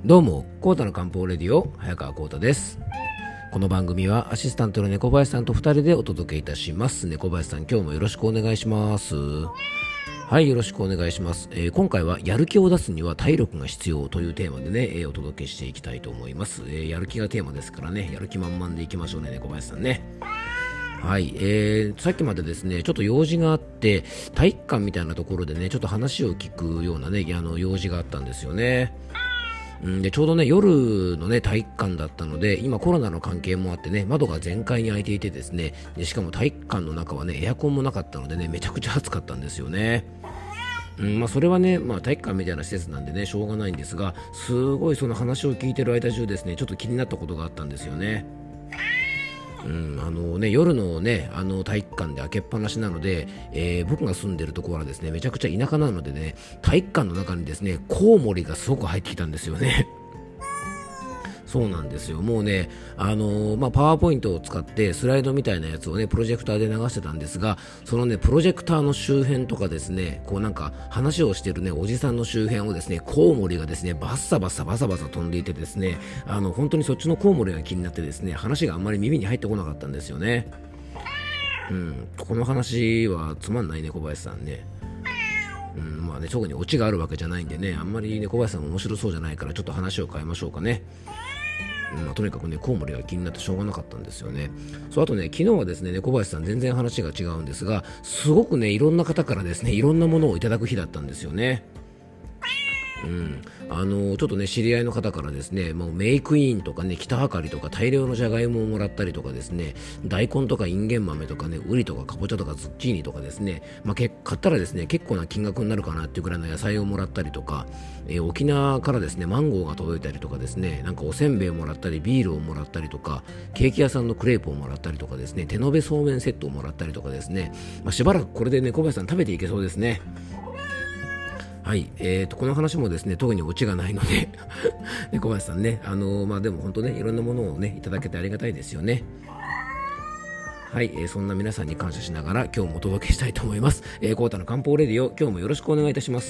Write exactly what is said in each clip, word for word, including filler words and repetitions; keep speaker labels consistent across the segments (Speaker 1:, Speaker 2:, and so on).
Speaker 1: どうも、コータの漢方レディオ早川コータです。この番組はアシスタントの猫林さんとふたりでお届けいたします。猫林さん、今日もよろしくお願いします。はい、よろしくお願いします。えー、今回はやる気を出すには体力が必要というテーマでね、えー、お届けしていきたいと思います。えー、やる気がテーマですからね、やる気満々でいきましょうね、猫林さんね。はい、えー、さっきまでですねちょっと用事があって体育館みたいなところでねちょっと話を聞くようなねあの用事があったんですよね。うんでちょうどね夜のね体育館だったので、今コロナの関係もあってね窓が全開に開いていてですね、でしかも体育館の中はねエアコンもなかったのでねめちゃくちゃ暑かったんですよね。うんまあ、それはね、まあ、体育館みたいな施設なんでねしょうがないんですが、すごいその話を聞いてる間中ですねちょっと気になったことがあったんですよね。うん、あのね夜のねあの体育館で開けっぱなしなので、えー、僕が住んでるところはですねめちゃくちゃ田舎なのでね、体育館の中にですねコウモリがすごく入ってきたんですよね。そうなんですよ。もうね、あのーまあ、パワーポイントを使ってスライドみたいなやつをねプロジェクターで流してたんですが、そのねプロジェクターの周辺とかですね、こうなんか話をしてるねおじさんの周辺をですねコウモリがですねバッサバサバサバサ飛んでいてですね、あの本当にそっちのコウモリが気になってですね話があんまり耳に入ってこなかったんですよね。うん、この話はつまんないね小林さんね。うんまあね、特にオチがあるわけじゃないんでね、あんまりね小林さんも面白そうじゃないからちょっと話を変えましょうかね。まあ、とにかくねコウモリが気になってしょうがなかったんですよね。そうあとね昨日はですね猫林さん全然話が違うんですが、すごくねいろんな方からですねいろんなものをいただく日だったんですよね。うん、あのちょっとね知り合いの方からですねもうメイクインとかね北はかりとか大量のじゃがいもをもらったりとかですね、大根とかインゲン豆とかねウリとかかぼちゃとかズッキーニとかですね、まあ、け買ったらですね結構な金額になるかなっていうくらいの野菜をもらったりとか、えー、沖縄からですねマンゴーが届いたりとかですね、なんかおせんべいをもらったりビールをもらったりとかケーキ屋さんのクレープをもらったりとかですね、手延べそうめんセットをもらったりとかですね、まあ、しばらくこれでね小林さん食べていけそうですね。はい、えーと、この話もですね特にオチがないので小林さんね、あのー、まあでも本当ねいろんなものをねいただけてありがたいですよね。はい、えー、そんな皆さんに感謝しながら今日もお届けしたいと思います。えー、コータの漢方レディオ、今日もよろしくお願いいたします。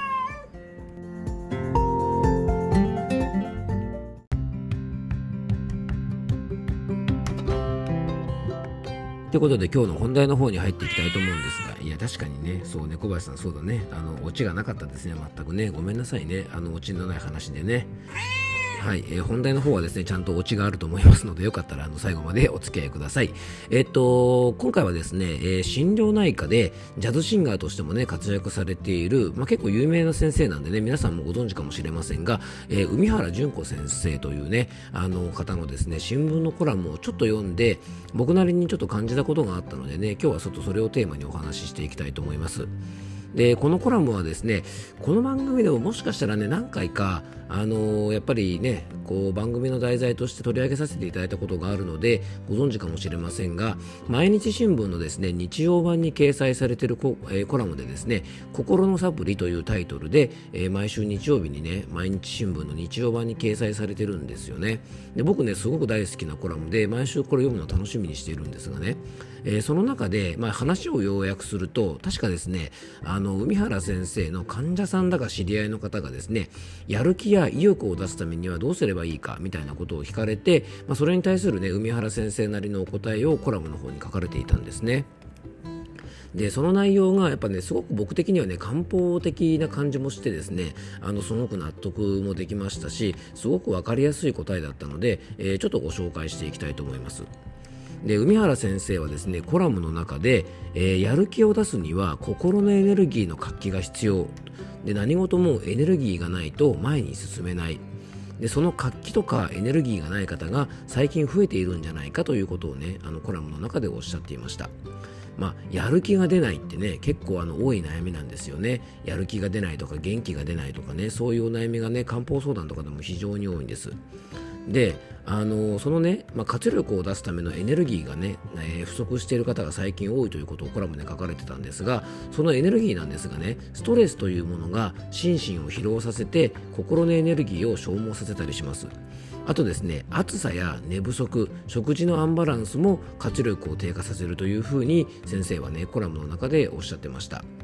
Speaker 1: ということで今日の本題の方に入っていきたいと思うんですが、いや確かにねそうね小林さんそうだね、あのオチがなかったですね。全くねごめんなさいね、あのオチのない話でね。はい、えー、本題の方はですねちゃんとオチがあると思いますので、よかったらあの最後までお付き合いください。えー、っと今回はですね、えー、心療内科でジャズシンガーとしてもね活躍されている、まあ、結構有名な先生なんでね皆さんもご存知かもしれませんが、えー、海原純子先生というねあの方のですね新聞のコラムをちょっと読んで、僕なりにちょっと感じたことがあったのでね、今日はちょっとそれをテーマにお話ししていきたいと思います。でこのコラムはですねこの番組でももしかしたらね何回か、あのー、やっぱりねこう番組の題材として取り上げさせていただいたことがあるのでご存知かもしれませんが、毎日新聞のですね日曜版に掲載されている コ,、えー、コラムでですね心のサプリというタイトルで、えー、毎週日曜日にね毎日新聞の日曜版に掲載されてるんですよね。で僕ねすごく大好きなコラムで毎週これ読むのを楽しみにしているんですがね、えー、その中で、まあ、話を要約すると確かですねあの海原先生の患者さんだか知り合いの方がですねやる気や意欲を出すためにはどうすればいいかみたいなことを聞かれて、まあ、それに対するね海原先生なりのお答えをコラムの方に書かれていたんですね。でその内容がやっぱねすごく僕的にはね漢方的な感じもしてですね、あのすごく納得もできましたし、すごく分かりやすい答えだったので、えー、ちょっとご紹介していきたいと思います。で海原先生はですねコラムの中で、えー、やる気を出すには心のエネルギーの活気が必要で、何事もエネルギーがないと前に進めない。でその活気とかエネルギーがない方が最近増えているんじゃないかということをねあのコラムの中でおっしゃっていました。まあ、やる気が出ないってね結構あの多い悩みなんですよね。やる気が出ないとか元気が出ないとかね、そういうお悩みがね漢方相談とかでも非常に多いんです。であのそのね、まあ、活力を出すためのエネルギーがね、えー、不足している方が最近多いということをコラムで書かれてたんですが、そのエネルギーなんですがねストレスというものが心身を疲労させて心のエネルギーを消耗させたりします。あとですね暑さや寝不足、食事のアンバランスも活力を低下させるというふうに先生はねコラムの中でおっしゃってました。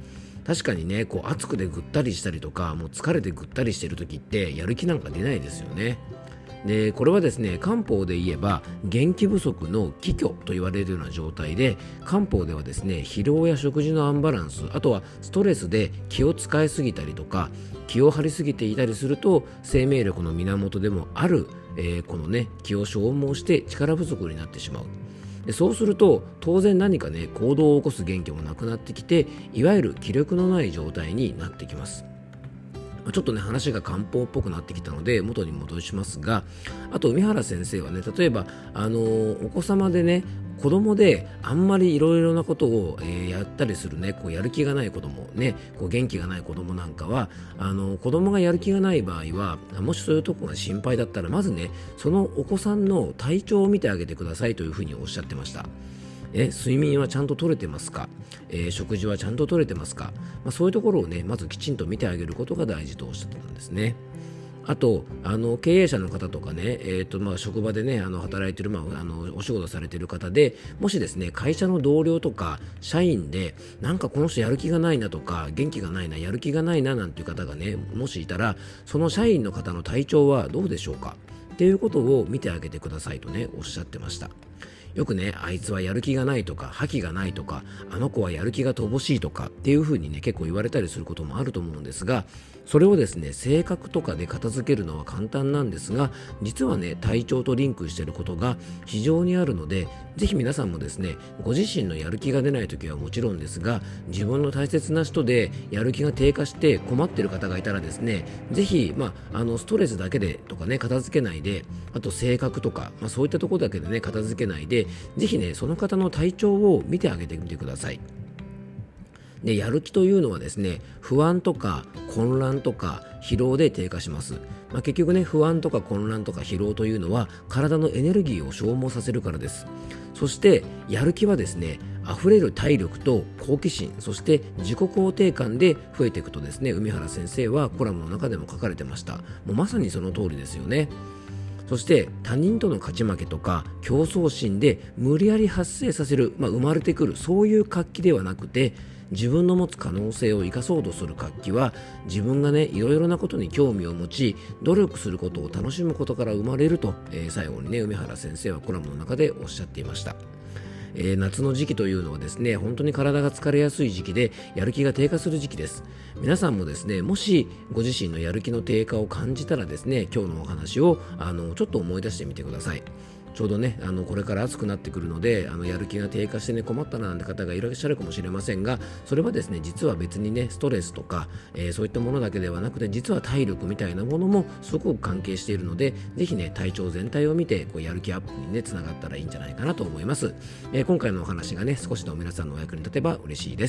Speaker 1: 確かにね、こう暑くでぐったりしたりとか、もう疲れてぐったりしてる時ってやる気なんか出ないですよね。でこれはですね、漢方で言えば元気不足の気虚と言われるような状態で、漢方ではですね、疲労や食事のアンバランス、あとはストレスで気を使いすぎたりとか気を張りすぎていたりすると、生命力の源でもある、えー、このね気を消耗して力不足になってしまう。でそうすると当然何かね行動を起こす元気もなくなってきて、いわゆる気力のない状態になってきます。ちょっとね話が漢方っぽくなってきたので元に戻しますが、あと海原先生はね、例えばあのー、お子様でね、子供であんまりいろいろなことを、えー、やったりするね、こうやる気がない子供ね、こう元気がない子供なんかは、あの子供がやる気がない場合は、もしそういうとこが心配だったら、まずねそのお子さんの体調を見てあげてくださいというふうにおっしゃってました。え睡眠はちゃんと取れてますか、えー、食事はちゃんと取れてますか、まあ、そういうところをねまずきちんと見てあげることが大事とおっしゃってたんですね。あとあの経営者の方とかね、えーとまあ、職場でねあの働いてる、まあ、あのお仕事されてる方で、もしですね会社の同僚とか社員でなんかこの人やる気がないなとか元気がないな、やる気がないななんていう方がねもしいたら、その社員の方の体調はどうでしょうかっていうことを見てあげてくださいとねおっしゃってました。よくね、あいつはやる気がないとか覇気がないとか、あの子はやる気が乏しいとかっていう風にね結構言われたりすることもあると思うんですが、それをですね性格とかで片付けるのは簡単なんですが、実はね体調とリンクしていることが非常にあるので、ぜひ皆さんもですねご自身のやる気が出ない時はもちろんですが、自分の大切な人でやる気が低下して困っている方がいたらですね、ぜひ、まあ、あのストレスだけでとかね片付けないで、あと性格とか、まあ、そういったところだけでね片付けないで、ぜひねその方の体調を見てあげてみてください。でやる気というのはですね、不安とか混乱とか疲労で低下します。まあ、結局ね不安とか混乱とか疲労というのは体のエネルギーを消耗させるからです。そしてやる気はですね、溢れる体力と好奇心、そして自己肯定感で増えていくとですね、海原先生はコラムの中でも書かれてました。もうまさにその通りですよね。そして他人との勝ち負けとか競争心で無理やり発生させる、まあ、生まれてくるそういう活気ではなくて、自分の持つ可能性を生かそうとする活気は、自分がねいろいろなことに興味を持ち努力することを楽しむことから生まれると、えー、最後にね海原先生はコラムの中でおっしゃっていました。えー、夏の時期というのはですね、本当に体が疲れやすい時期でやる気が低下する時期です。皆さんもですね、もしご自身のやる気の低下を感じたらですね、今日のお話をあのちょっと思い出してみてください。ちょうどねあのこれから暑くなってくるので、あのやる気が低下してね困ったななんて方がいらっしゃるかもしれませんが、それはですね実は別にねストレスとか、えー、そういったものだけではなくて、実は体力みたいなものもすごく関係しているので、ぜひね体調全体を見てこうやる気アップにねつながったらいいんじゃないかなと思います。えー、今回のお話がね少しでも皆さんのお役に立てば嬉しいです。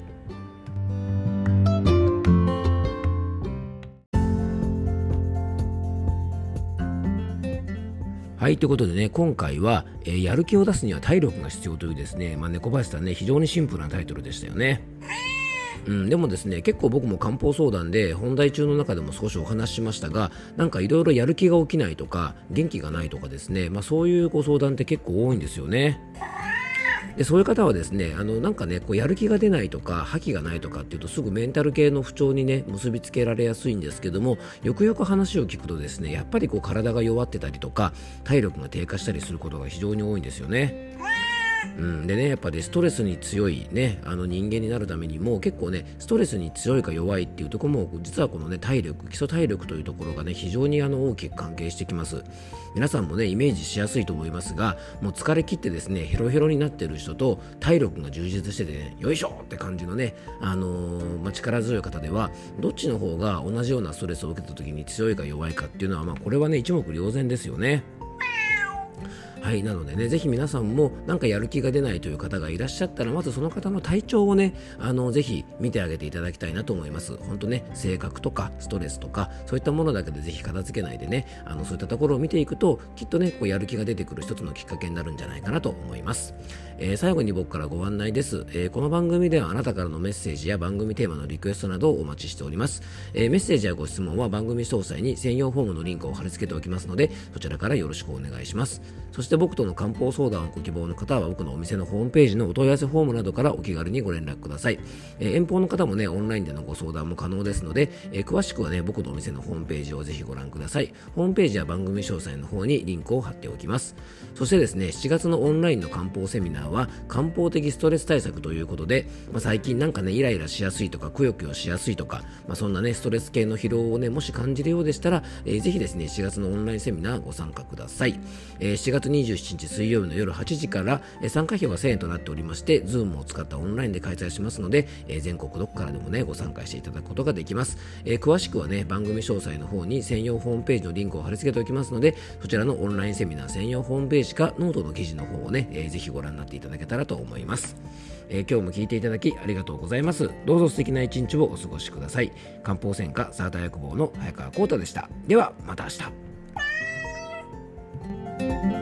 Speaker 1: はい、ということでね、今回は、えー、やる気を出すには体力が必要というですね、まあ、猫林さんね、非常にシンプルなタイトルでしたよね。うん、でもですね、結構僕も漢方相談で本題中の中でも少しお話ししましたが、なんかいろいろやる気が起きないとか元気がないとかですね、まあ、そういうご相談って結構多いんですよね。でそういう方はですね、あのなんかねこうやる気が出ないとか覇気がないとかっていうとすぐメンタル系の不調にね結びつけられやすいんですけども、よくよく話を聞くとですね、やっぱりこう体が弱ってたりとか体力が低下したりすることが非常に多いんですよね。うん、でねやっぱりストレスに強い、ね、あの人間になるためにも結構ねストレスに強いか弱いっていうところも実はこのね体力基礎体力というところがね非常にあの大きく関係してきます。皆さんもねイメージしやすいと思いますが、もう疲れ切ってですねヘロヘロになっている人と体力が充実しててねよいしょって感じのね、あのーまあ、力強い方ではどっちの方が同じようなストレスを受けた時に強いか弱いかっていうのは、まあ、これはね一目瞭然ですよね。はい、なのでね、ぜひ皆さんもなんかやる気が出ないという方がいらっしゃったら、まずその方の体調をね、あのぜひ見てあげていただきたいなと思います。本当ね、性格とかストレスとかそういったものだけでぜひ片付けないでね、あのそういったところを見ていくと、きっとね、こうやる気が出てくる一つのきっかけになるんじゃないかなと思います。えー、最後に僕からご案内です。えー、この番組ではあなたからのメッセージや番組テーマのリクエストなどをお待ちしております。えー、メッセージやご質問は番組詳細に専用フォームのリンクを貼り付けておきますので、そちらからよろしくお願いします。そしてして僕との漢方相談をご希望の方は僕のお店のホームページのお問い合わせフォームなどからお気軽にご連絡ください。えー、遠方の方もね、オンラインでのご相談も可能ですので、えー、詳しくはね、僕のお店のホームページをぜひご覧ください。ホームページは番組詳細の方にリンクを貼っておきます。そしてですね、しちがつのオンラインの漢方セミナーは漢方的ストレス対策ということで、まあ、最近なんかね、イライラしやすいとかくよくよしやすいとか、まあ、そんなね、ストレス系の疲労をね、もし感じるようでしたら、えー、ぜひですね、しがつのオンラインセミナーご参加ください。えー、しがつにじゅうしちにち水曜日の夜はちじから、えー、参加費はせんえんとなっておりまして、Zoom を使ったオンラインで開催しますので、えー、全国どこからでもね、ご参加していただくことができます。えー、詳しくはね、番組詳細の方に専用ホームページのリンクを貼り付けておきますので、そちらのオンラインセミナー専用ホームページかノートの記事の方をね、えー、ぜひご覧になっていただけたらと思います。えー、今日も聞いていただきありがとうございます。どうぞ素敵な一日をお過ごしください。漢方専科サーター薬房の早川浩太でした。ではまた明日。